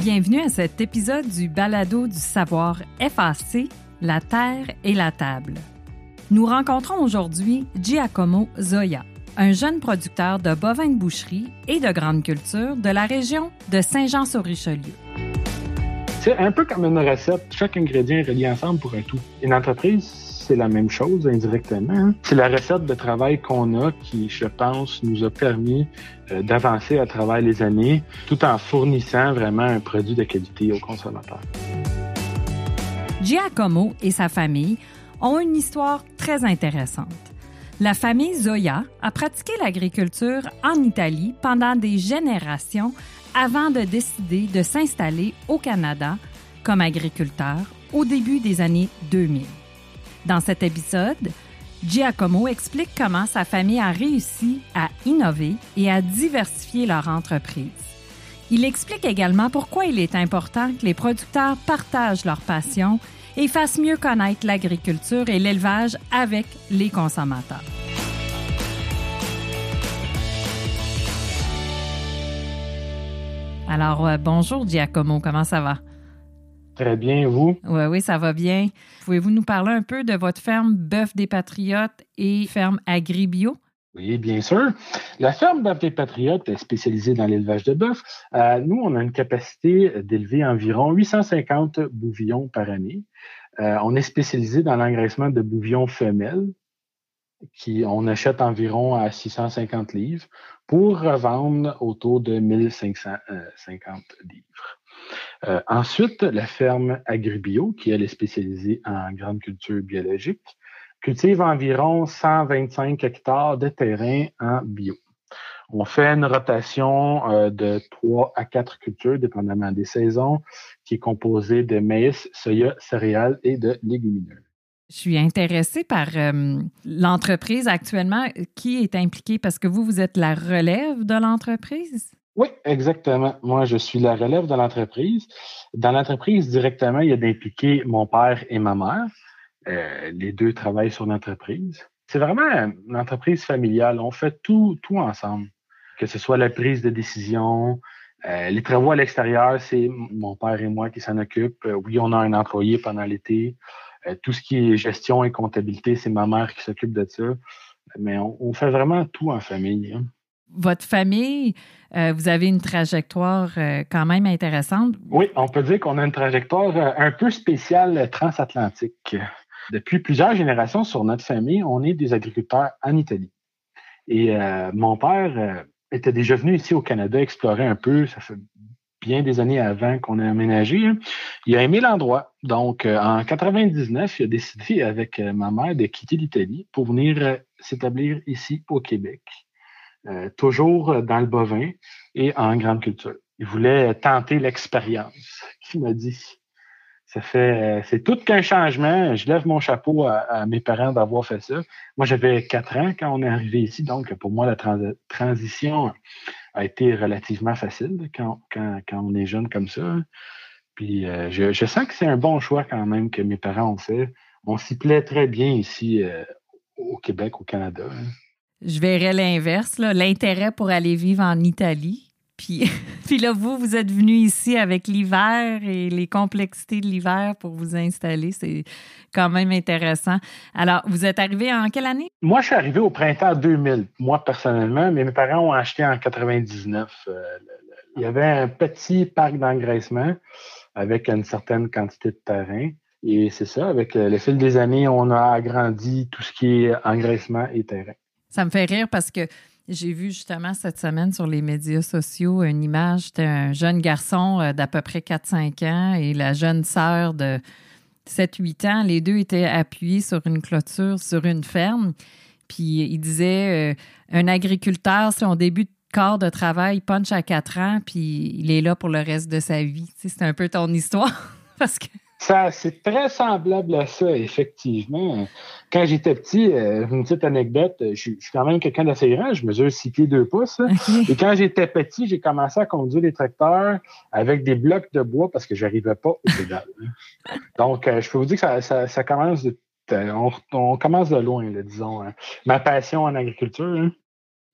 Bienvenue à cet épisode du balado du savoir FAC, la terre et la table. Nous rencontrons aujourd'hui Giacomo Zoia, un jeune producteur de bovins de boucherie et de grande culture de la région de Saint-Jean-sur-Richelieu. C'est un peu comme une recette. Chaque ingrédient est relié ensemble pour un tout. Une entreprise, c'est la même chose indirectement. C'est la recette de travail qu'on a qui, je pense, nous a permis d'avancer à travers les années tout en fournissant vraiment un produit de qualité aux consommateurs. Giacomo et sa famille ont une histoire très intéressante. La famille Zoia a pratiqué l'agriculture en Italie pendant des générations avant de décider de s'installer au Canada comme agriculteur au début des années 2000. Dans cet épisode, Giacomo explique comment sa famille a réussi à innover et à diversifier leur entreprise. Il explique également pourquoi il est important que les producteurs partagent leur passion et fassent mieux connaître l'agriculture et l'élevage avec les consommateurs. Alors, bonjour Giacomo, comment ça va? Très bien, vous? Oui, ça va bien. Pouvez-vous nous parler un peu de votre ferme Bœuf des Patriotes et ferme Agribio? Oui, bien sûr. La ferme Bœuf des Patriotes est spécialisée dans l'élevage de bœuf. Nous, on a une capacité d'élever environ 850 bouvillons par année. On est spécialisé dans l'engraissement de bouvillons femelles, on achète environ à 650 livres pour revendre autour de 1550 livres. Ensuite, la ferme Agribio, qui elle est spécialisée en grande culture biologique, cultive environ 125 hectares de terrain en bio. On fait une rotation de 3 à 4 cultures, dépendamment des saisons, qui est composée de maïs, soya, céréales et de légumineuses. Je suis intéressée par l'entreprise actuellement. Qui est impliqué? Parce que vous êtes la relève de l'entreprise? Oui, exactement. Moi, je suis la relève de l'entreprise. Dans l'entreprise, directement, il y a d'impliquer mon père et ma mère. Les deux travaillent sur l'entreprise. C'est vraiment une entreprise familiale. On fait tout ensemble. Que ce soit la prise de décision, les travaux à l'extérieur, c'est mon père et moi qui s'en occupent. Oui, on a un employé pendant l'été. Tout ce qui est gestion et comptabilité, c'est ma mère qui s'occupe de ça. Mais on fait vraiment tout en famille. Hein. Votre famille, vous avez une trajectoire quand même intéressante. Oui, on peut dire qu'on a une trajectoire un peu spéciale transatlantique. Depuis plusieurs générations sur notre famille, on est des agriculteurs en Italie. Et mon père était déjà venu ici au Canada explorer un peu. Ça fait bien des années avant qu'on ait aménagé. Hein. Il a aimé l'endroit. Donc, en 99, il a décidé avec ma mère de quitter l'Italie pour venir s'établir ici au Québec. Toujours dans le bovin et en grande culture. Il voulait tenter l'expérience, qu'il m'a dit. C'est tout qu'un changement. Je lève mon chapeau à mes parents d'avoir fait ça. Moi, j'avais 4 ans quand on est arrivé ici, donc pour moi, la transition a été relativement facile quand on est jeune comme ça. Puis je sens que c'est un bon choix quand même que mes parents ont fait. On s'y plaît très bien ici au Québec, au Canada. Hein. Je verrais l'inverse, là, l'intérêt pour aller vivre en Italie. Puis là, vous êtes venu ici avec l'hiver et les complexités de l'hiver pour vous installer. C'est quand même intéressant. Alors, vous êtes arrivé en quelle année? Moi, je suis arrivé au printemps 2000, moi personnellement, mais mes parents ont acheté en 99. Il y avait un petit parc d'engraissement avec une certaine quantité de terrain. Et c'est ça, avec le fil des années, on a agrandi tout ce qui est engraissement et terrain. Ça me fait rire parce que j'ai vu justement cette semaine sur les médias sociaux une image d'un jeune garçon d'à peu près 4-5 ans et la jeune sœur de 7-8 ans. Les deux étaient appuyés sur une clôture, sur une ferme. Puis il disait, un agriculteur, son début de corps de travail, punch à 4 ans, puis il est là pour le reste de sa vie. Tu sais, c'est un peu ton histoire. Parce que Ça, c'est très semblable à ça, effectivement. Quand j'étais petit, une petite anecdote, je suis quand même quelqu'un d'assez grand, je mesure 6 pieds 2 pouces. Okay. Et quand j'étais petit, j'ai commencé à conduire les tracteurs avec des blocs de bois parce que je n'arrivais pas au pédale. Donc, je peux vous dire que ça commence on commence de loin, là, disons. Hein. Ma passion en agriculture. Hein.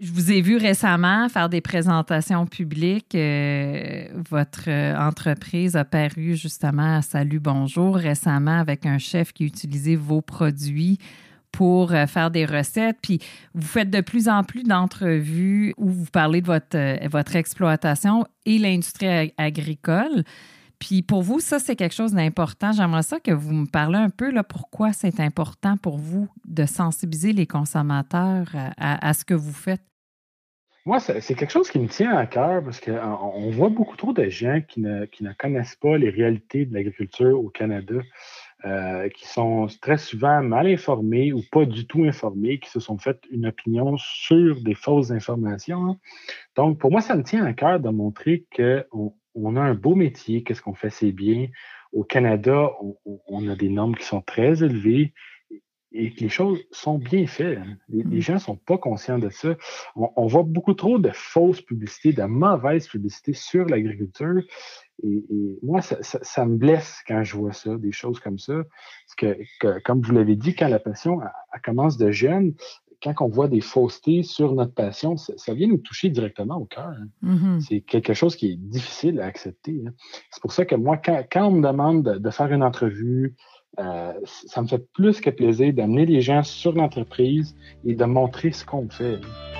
Je vous ai vu récemment faire des présentations publiques. Votre entreprise a paru justement à Salut Bonjour récemment avec un chef qui utilisait vos produits pour faire des recettes. Puis vous faites de plus en plus d'entrevues où vous parlez de votre exploitation et l'industrie agricole. Puis pour vous, ça, c'est quelque chose d'important. J'aimerais ça que vous me parlez un peu là, pourquoi c'est important pour vous de sensibiliser les consommateurs à ce que vous faites. Moi, c'est quelque chose qui me tient à cœur parce qu'on voit beaucoup trop de gens qui ne connaissent pas les réalités de l'agriculture au Canada, qui sont très souvent mal informés ou pas du tout informés, qui se sont fait une opinion sur des fausses informations, hein. Donc, pour moi, ça me tient à cœur de montrer qu'on a un beau métier, qu'est-ce qu'on fait, c'est bien. Au Canada, on a des normes qui sont très élevées et que les choses sont bien faites, hein. Les gens ne sont pas conscients de ça. On voit beaucoup trop de fausses publicités, de mauvaises publicités sur l'agriculture. Et moi, ça me blesse quand je vois ça, des choses comme ça. Parce que comme vous l'avez dit, quand la passion elle commence de jeune, quand on voit des faussetés sur notre passion, ça vient nous toucher directement au cœur, hein. Mm-hmm. C'est quelque chose qui est difficile à accepter, hein. C'est pour ça que moi, quand on me demande de faire une entrevue, ça me fait plus que plaisir d'amener les gens sur l'entreprise et de montrer ce qu'on fait.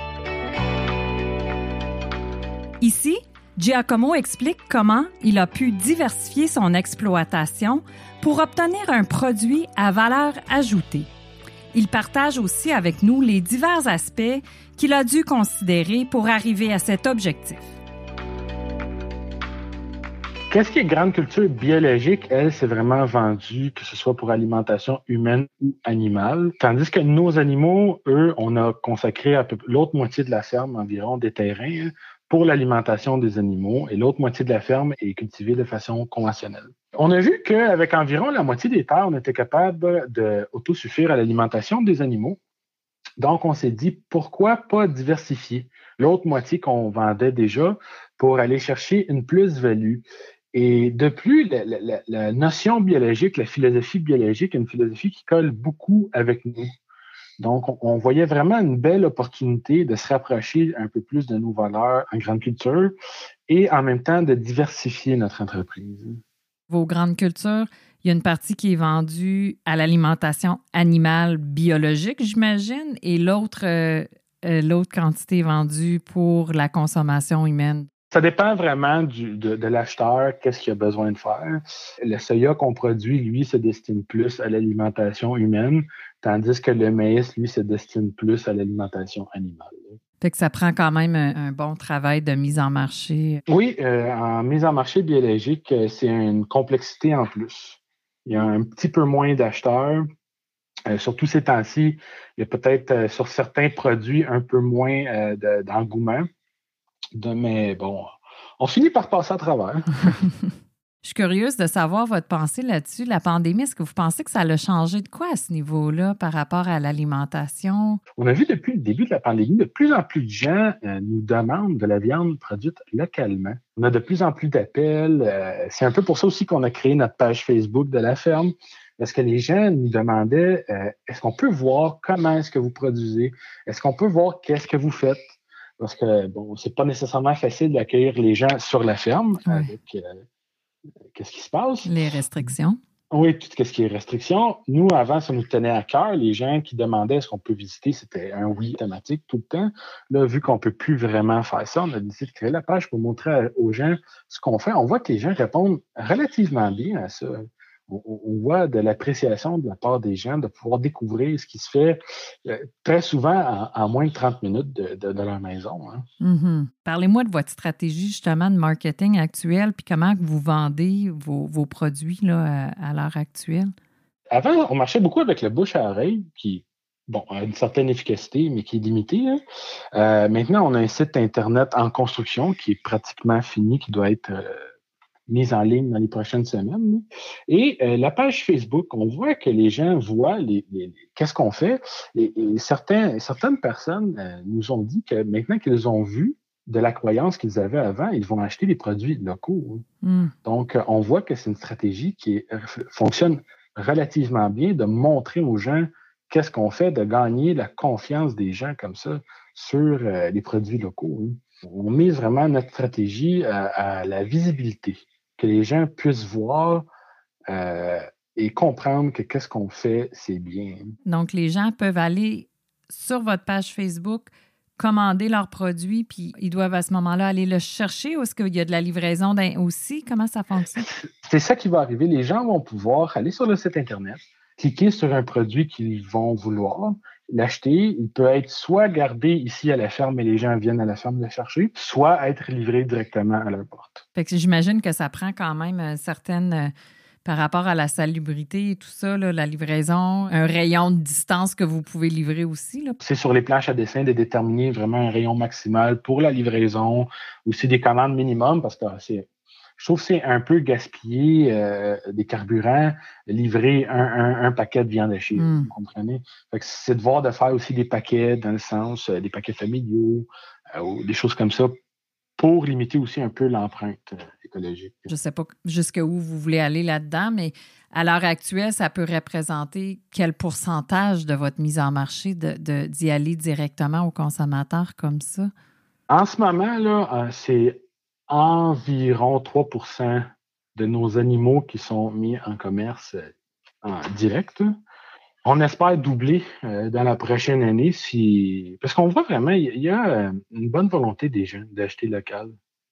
Ici, Giacomo explique comment il a pu diversifier son exploitation pour obtenir un produit à valeur ajoutée. Il partage aussi avec nous les divers aspects qu'il a dû considérer pour arriver à cet objectif. Qu'est-ce qui est grande culture biologique, elle, c'est vraiment vendu, que ce soit pour alimentation humaine ou animale. Tandis que nos animaux, eux, on a consacré à peu l'autre moitié de la ferme, environ des terrains, pour l'alimentation des animaux, et l'autre moitié de la ferme est cultivée de façon conventionnelle. On a vu qu'avec environ la moitié des terres, on était capable d'autosuffire à l'alimentation des animaux. Donc, on s'est dit, pourquoi pas diversifier l'autre moitié qu'on vendait déjà pour aller chercher une plus-value. Et de plus, la notion biologique, la philosophie biologique, est une philosophie qui colle beaucoup avec nous. Donc, on voyait vraiment une belle opportunité de se rapprocher un peu plus de nos valeurs en grande culture et en même temps de diversifier notre entreprise. Vos grandes cultures, il y a une partie qui est vendue à l'alimentation animale biologique, j'imagine, et l'autre quantité est vendue pour la consommation humaine. Ça dépend vraiment de l'acheteur, qu'est-ce qu'il a besoin de faire. Le soya qu'on produit, lui, se destine plus à l'alimentation humaine, tandis que le maïs, lui, se destine plus à l'alimentation animale. Fait que ça prend quand même un bon travail de mise en marché. Oui, en mise en marché biologique, c'est une complexité en plus. Il y a un petit peu moins d'acheteurs. Surtout ces temps-ci, il y a peut-être sur certains produits un peu moins d'engouement. Mais bon, on finit par passer à travers. Je suis curieuse de savoir votre pensée là-dessus. La pandémie, est-ce que vous pensez que ça a changé de quoi à ce niveau-là par rapport à l'alimentation? On a vu depuis le début de la pandémie, de plus en plus de gens nous demandent de la viande produite localement. On a de plus en plus d'appels. C'est un peu pour ça aussi qu'on a créé notre page Facebook de la ferme, parce que les gens nous demandaient est-ce qu'on peut voir comment est-ce que vous produisez? Est-ce qu'on peut voir qu'est-ce que vous faites? Parce que, bon, c'est pas nécessairement facile d'accueillir les gens sur la ferme avec qu'est-ce qui se passe. Les restrictions. Oui, tout ce qui est restrictions. Nous, avant, ça nous tenait à cœur. Les gens qui demandaient est-ce qu'on peut visiter, c'était un oui automatique tout le temps. Là, vu qu'on peut plus vraiment faire ça, on a décidé de créer la page pour montrer aux gens ce qu'on fait. On voit que les gens répondent relativement bien à ça. On voit de l'appréciation de la part des gens de pouvoir découvrir ce qui se fait très souvent en moins de 30 minutes de leur maison, hein. Mm-hmm. Parlez-moi de votre stratégie justement de marketing actuelle puis comment vous vendez vos produits là, à l'heure actuelle. Avant, on marchait beaucoup avec le bouche à oreille qui a une certaine efficacité, mais qui est limitée, hein. Maintenant, on a un site Internet en construction qui est pratiquement fini, qui doit être mise en ligne dans les prochaines semaines. Et la page Facebook, on voit que les gens voient qu'est-ce qu'on fait. Et certaines personnes nous ont dit que maintenant qu'ils ont vu de la croyance qu'ils avaient avant, ils vont acheter des produits locaux, hein. Mm. Donc, on voit que c'est une stratégie qui fonctionne relativement bien de montrer aux gens qu'est-ce qu'on fait de gagner la confiance des gens comme ça sur les produits locaux. Hein. On mise vraiment notre stratégie à la visibilité, que les gens puissent voir et comprendre que qu'est-ce qu'on fait, c'est bien. Donc, les gens peuvent aller sur votre page Facebook, commander leurs produits, puis ils doivent à ce moment-là aller le chercher ou est-ce qu'il y a de la livraison aussi? Comment ça fonctionne? C'est ça qui va arriver. Les gens vont pouvoir aller sur le site Internet, cliquer sur un produit qu'ils vont vouloir, l'acheter. Il peut être soit gardé ici à la ferme et les gens viennent à la ferme le chercher, soit être livré directement à leur porte. Fait que j'imagine que ça prend quand même certaines... par rapport à la salubrité et tout ça, là, la livraison, un rayon de distance que vous pouvez livrer aussi. Là. C'est sur les planches à dessin de déterminer vraiment un rayon maximal pour la livraison, aussi des commandes minimum, parce que je trouve que c'est un peu gaspiller des carburants, livrer un paquet de viande hachée, vous comprenez? Fait que c'est de voir de faire aussi des paquets, dans le sens des paquets familiaux, ou des choses comme ça, pour limiter aussi un peu l'empreinte écologique. Je ne sais pas jusqu'où vous voulez aller là-dedans, mais à l'heure actuelle, ça peut représenter quel pourcentage de votre mise en marché d'y aller directement aux consommateurs comme ça? En ce moment, là, c'est environ 3% de nos animaux qui sont mis en commerce en direct. On espère doubler dans la prochaine année parce qu'on voit vraiment, il y a une bonne volonté des gens d'acheter local.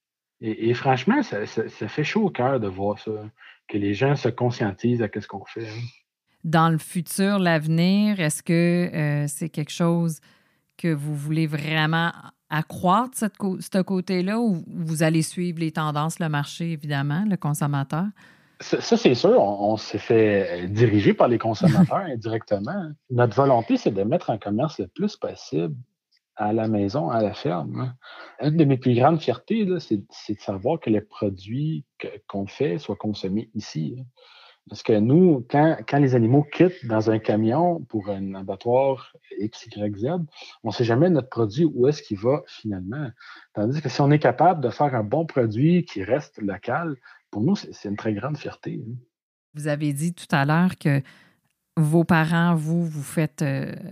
Et franchement, ça fait chaud au cœur de voir ça, que les gens se conscientisent à ce qu'on fait. Hein. Dans le futur, l'avenir, est-ce que c'est quelque chose que vous voulez vraiment accroître, ce côté-là, ou vous allez suivre les tendances, le marché, évidemment, le consommateur? Ça, c'est sûr, on s'est fait diriger par les consommateurs indirectement. Notre volonté, c'est de mettre en commerce le plus possible à la maison, à la ferme. Une de mes plus grandes fiertés, là, c'est de savoir que les produits qu'on fait soient consommés ici. Hein. Parce que nous, quand les animaux quittent dans un camion pour un abattoir X, Y, Z, on ne sait jamais notre produit où est-ce qu'il va finalement. Tandis que si on est capable de faire un bon produit qui reste local, pour nous, c'est une très grande fierté. Hein. Vous avez dit tout à l'heure que vos parents, vous faites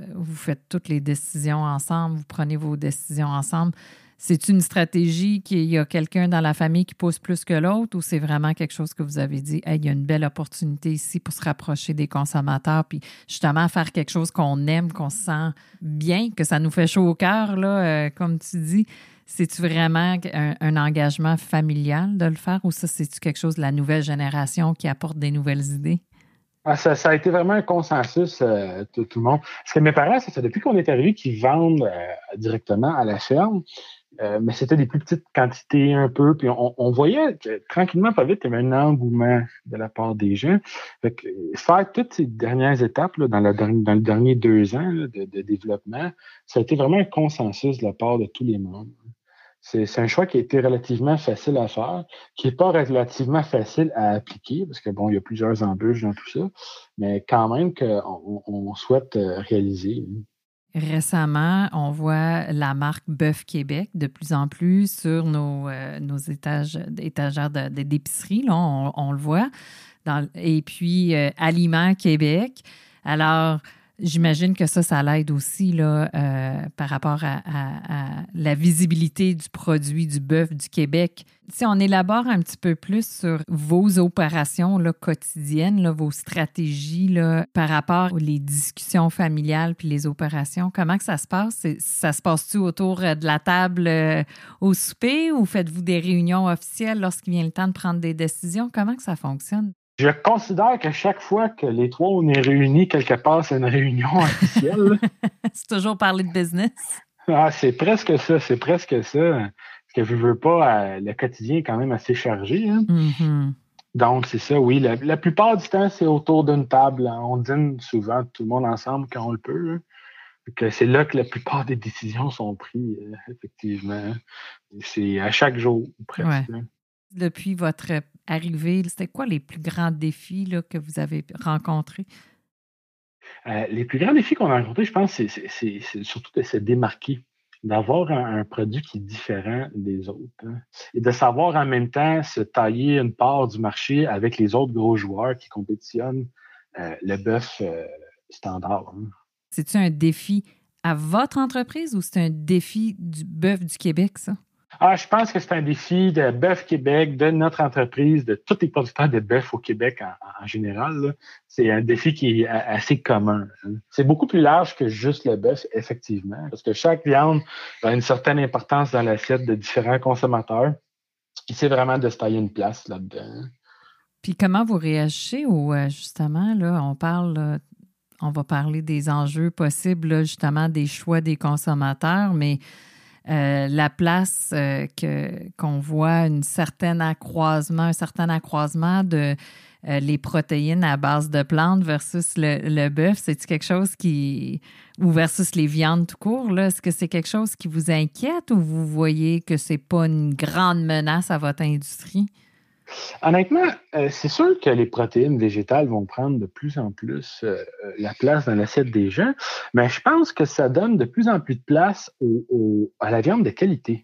toutes les décisions ensemble, vous prenez vos décisions ensemble. C'est une stratégie qu'il y a quelqu'un dans la famille qui pousse plus que l'autre ou c'est vraiment quelque chose que vous avez dit, hey, il y a une belle opportunité ici pour se rapprocher des consommateurs puis justement faire quelque chose qu'on aime, qu'on se sent bien, que ça nous fait chaud au cœur, là, comme tu dis. C'est-tu vraiment un engagement familial de le faire ou ça, c'est-tu quelque chose de la nouvelle génération qui apporte des nouvelles idées? Ça a été vraiment un consensus, tout le monde. Parce que mes parents, c'est ça, depuis qu'on est arrivé, qu'ils vendent directement à la ferme, mais c'était des plus petites quantités un peu, puis on voyait que, tranquillement, pas vite, il y avait un engouement de la part des gens. Fait que, faire toutes ces dernières étapes là, dans le dernier 2 ans là, de développement, ça a été vraiment un consensus de la part de tous les membres. C'est un choix qui a été relativement facile à faire, qui n'est pas relativement facile à appliquer, parce que bon, il y a plusieurs embûches dans tout ça, mais quand même qu'on souhaite réaliser. Récemment, on voit la marque Bœuf Québec de plus en plus sur nos étagères d'épicerie, là, on le voit. Et puis, Aliments Québec. Alors, j'imagine que ça l'aide aussi là, par rapport à la visibilité du produit du bœuf du Québec. Si on élabore un petit peu plus sur vos opérations là, quotidiennes, là, vos stratégies là, par rapport aux discussions familiales puis les opérations, comment que ça se passe? Ça se passe-tu autour de la table au souper ou faites-vous des réunions officielles lorsqu'il vient le temps de prendre des décisions? Comment que ça fonctionne? Je considère que chaque fois que les trois on est réunis quelque part, c'est une réunion officielle. C'est toujours parler de business. Ah, c'est presque ça. Parce que je veux pas, le quotidien est quand même assez chargé. Hein? Mm-hmm. Donc, c'est ça, oui. La plupart du temps, c'est autour d'une table. On dîne souvent tout le monde ensemble quand on le peut. Hein? Donc, c'est là que la plupart des décisions sont prises, effectivement. C'est à chaque jour, presque. Ouais. Depuis votre arrivée, c'était quoi les plus grands défis là, que vous avez rencontrés? Les plus grands défis qu'on a rencontrés, je pense, c'est surtout de se démarquer, d'avoir un produit qui est différent des autres. Hein, et de savoir en même temps se tailler une part du marché avec les autres gros joueurs qui compétitionnent le bœuf standard. Hein. C'est-tu un défi à votre entreprise ou c'est un défi du bœuf du Québec, ça? Je pense que c'est un défi de Bœuf Québec, de notre entreprise, de tous les producteurs de bœuf au Québec en général, là. C'est un défi qui est assez commun, hein. C'est beaucoup plus large que juste le bœuf, effectivement, parce que chaque viande a une certaine importance dans l'assiette de différents consommateurs. Et c'est vraiment de se tailler une place là-dedans. Puis comment vous réagissez au, justement, là, on va parler des enjeux possibles, là, justement, des choix des consommateurs, mais la place qu'on voit un certain accroissement de les protéines à base de plantes versus le bœuf, c'est-tu quelque chose ou versus les viandes tout court, là, est-ce que c'est quelque chose qui vous inquiète ou vous voyez que c'est pas une grande menace à votre industrie? Honnêtement, c'est sûr que les protéines végétales vont prendre de plus en plus la place dans l'assiette des gens, mais je pense que ça donne de plus en plus de place à la viande de qualité.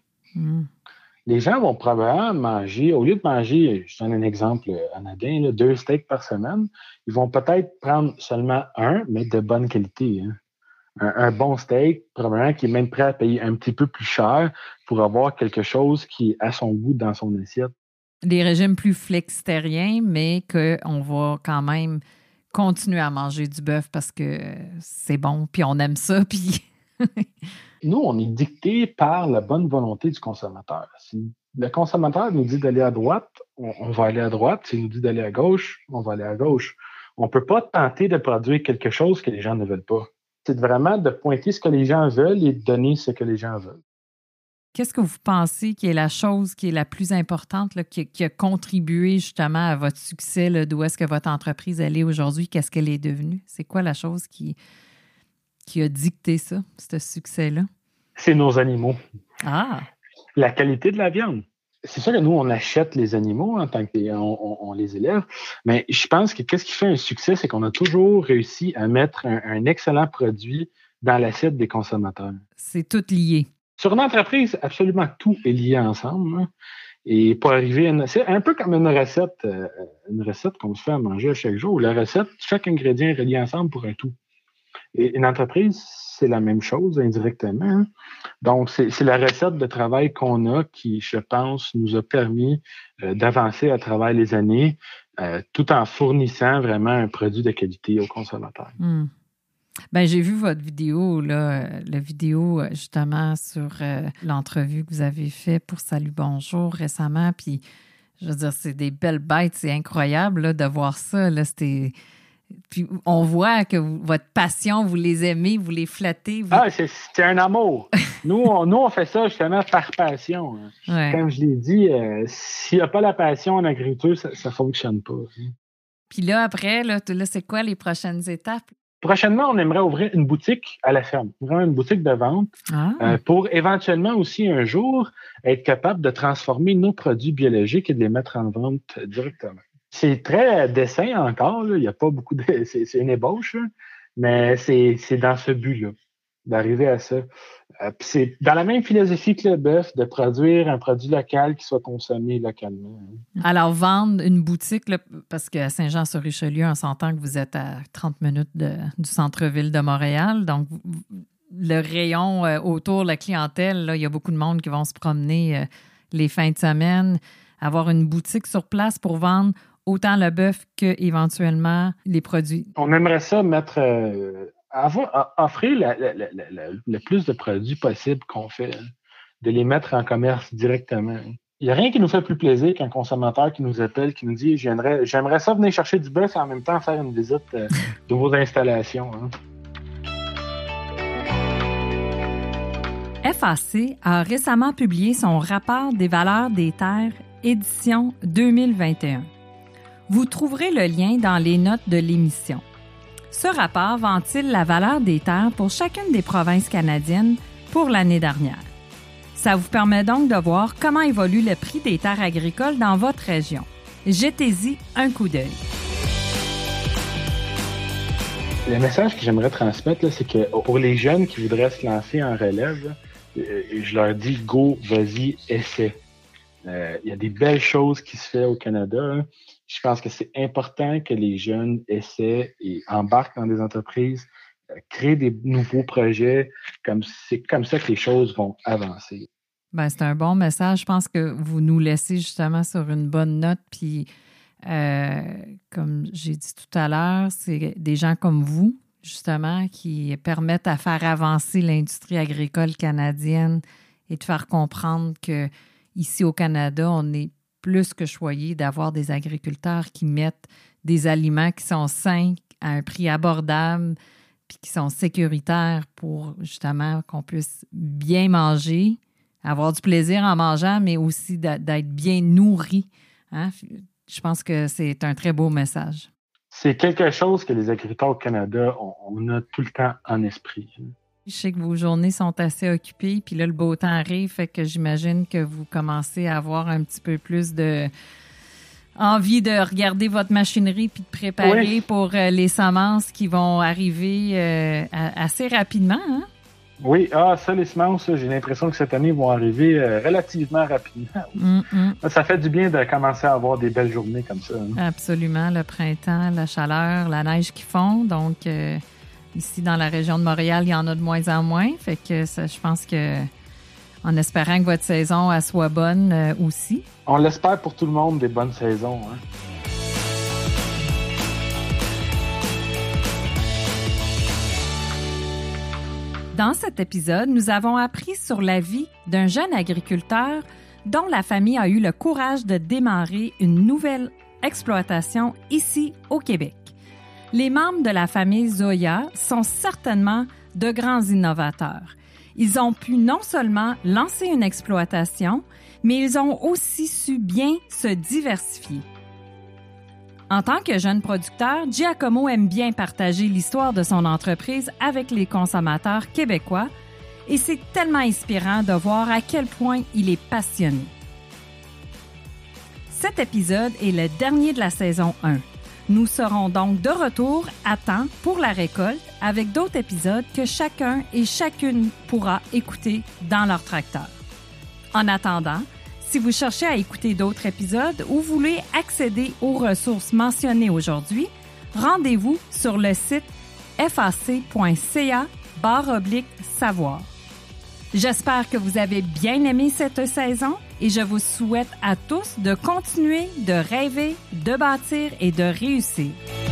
Les gens vont probablement manger, au lieu de manger, je donne un exemple anodin, là, 2 steaks par semaine, ils vont peut-être prendre seulement un, mais de bonne qualité, hein. Un bon steak, probablement qui est même prêt à payer un petit peu plus cher pour avoir quelque chose qui est à son goût dans son assiette. Des régimes plus flexitariens, mais qu'on va quand même continuer à manger du bœuf parce que c'est bon, puis on aime ça, puis... Nous, on est dicté par la bonne volonté du consommateur. Si le consommateur nous dit d'aller à droite, on va aller à droite. S'il nous dit d'aller à gauche, on va aller à gauche. On ne peut pas tenter de produire quelque chose que les gens ne veulent pas. C'est vraiment de pointer ce que les gens veulent et de donner ce que les gens veulent. Qu'est-ce que vous pensez qui est la chose qui est la plus importante, là, qui a contribué justement à votre succès, là, d'où est-ce que votre entreprise elle est aujourd'hui? Qu'est-ce qu'elle est devenue? C'est quoi la chose qui a dicté ça, ce succès-là? C'est nos animaux. Ah! La qualité de la viande. C'est sûr que nous, on achète les animaux en tant qu'on les élève, mais je pense que qu'est-ce qui fait un succès, c'est qu'on a toujours réussi à mettre un excellent produit dans l'assiette des consommateurs. C'est tout lié. Sur une entreprise, absolument tout est lié ensemble, hein. Et pour arriver c'est un peu comme une recette qu'on se fait à manger à chaque jour. La recette, chaque ingrédient est relié ensemble pour un tout. Et une entreprise, c'est la même chose indirectement, hein. Donc, c'est la recette de travail qu'on a qui, je pense, nous a permis d'avancer à travers les années, tout en fournissant vraiment un produit de qualité aux consommateurs. Bien, j'ai vu votre vidéo, là, la vidéo justement sur l'entrevue que vous avez faite pour Salut Bonjour récemment. Puis, je veux dire, c'est des belles bêtes, c'est incroyable là, de voir ça. Là, puis, on voit que votre passion, vous les aimez, vous les flattez. C'est un amour. Nous, on fait ça justement par passion, hein. Ouais. Comme je l'ai dit, s'il n'y a pas la passion en agriculture, ça ne fonctionne pas, hein. Puis là, après, là, c'est quoi les prochaines étapes? Prochainement, on aimerait ouvrir une boutique à la ferme, vraiment une boutique de vente, pour éventuellement aussi un jour être capable de transformer nos produits biologiques et de les mettre en vente directement. C'est très d'essai encore, là. Il n'y a pas beaucoup de... C'est une ébauche, là. Mais c'est dans ce but-là, d'arriver à ça. Puis c'est dans la même philosophie que le bœuf, de produire un produit local qui soit consommé localement. Alors, vendre une boutique, là, parce qu'à Saint-Jean-sur-Richelieu, on s'entend que vous êtes à 30 minutes du centre-ville de Montréal. Donc, le rayon autour, la clientèle, là, il y a beaucoup de monde qui vont se promener les fins de semaine. Avoir une boutique sur place pour vendre autant le bœuf qu'éventuellement les produits. On aimerait ça mettre... offrir le plus de produits possible qu'on fait, hein, de les mettre en commerce directement. Il n'y a rien qui nous fait plus plaisir qu'un consommateur qui nous appelle, qui nous dit « J'aimerais ça venir chercher du bœuf et en même temps faire une visite de vos installations, hein. » FAC a récemment publié son rapport des valeurs des terres, édition 2021. Vous trouverez le lien dans les notes de l'émission. Ce rapport ventile la valeur des terres pour chacune des provinces canadiennes pour l'année dernière. Ça vous permet donc de voir comment évolue le prix des terres agricoles dans votre région. Jetez-y un coup d'œil. Le message que j'aimerais transmettre, là, c'est que pour les jeunes qui voudraient se lancer en relève, là, je leur dis « Go, vas-y, essaie ». Il y a des belles choses qui se font au Canada, hein. Je pense que c'est important que les jeunes essaient et embarquent dans des entreprises créer des nouveaux projets. C'est comme ça que les choses vont avancer. Ben, c'est un bon message. Je pense que vous nous laissez justement sur une bonne note. Puis, comme j'ai dit tout à l'heure, c'est des gens comme vous, justement, qui permettent à faire avancer l'industrie agricole canadienne et de faire comprendre qu'ici au Canada, on est plus que choyé d'avoir des agriculteurs qui mettent des aliments qui sont sains, à un prix abordable, puis qui sont sécuritaires pour justement qu'on puisse bien manger, avoir du plaisir en mangeant, mais aussi d'être bien nourri. Hein? Je pense que c'est un très beau message. C'est quelque chose que les agriculteurs au Canada, on a tout le temps en esprit. Je sais que vos journées sont assez occupées, puis là, le beau temps arrive, fait que j'imagine que vous commencez à avoir un petit peu plus de envie de regarder votre machinerie puis de préparer pour les semences qui vont arriver assez rapidement. Hein? Oui, les semences, j'ai l'impression que cette année, vont arriver relativement rapidement. Ça fait du bien de commencer à avoir des belles journées comme ça. Hein? Absolument, le printemps, la chaleur, la neige qui fond, donc... Ici, dans la région de Montréal, il y en a de moins en moins. Fait que je pense que, en espérant que votre saison elle soit bonne aussi. On l'espère pour tout le monde, des bonnes saisons. Hein? Dans cet épisode, nous avons appris sur la vie d'un jeune agriculteur dont la famille a eu le courage de démarrer une nouvelle exploitation ici au Québec. Les membres de la famille Zoya sont certainement de grands innovateurs. Ils ont pu non seulement lancer une exploitation, mais ils ont aussi su bien se diversifier. En tant que jeune producteur, Giacomo aime bien partager l'histoire de son entreprise avec les consommateurs québécois et c'est tellement inspirant de voir à quel point il est passionné. Cet épisode est le dernier de la saison 1. Nous serons donc de retour à temps pour la récolte avec d'autres épisodes que chacun et chacune pourra écouter dans leur tracteur. En attendant, si vous cherchez à écouter d'autres épisodes ou voulez accéder aux ressources mentionnées aujourd'hui, rendez-vous sur le site fac.ca/savoir. J'espère que vous avez bien aimé cette saison et je vous souhaite à tous de continuer de rêver, de bâtir et de réussir.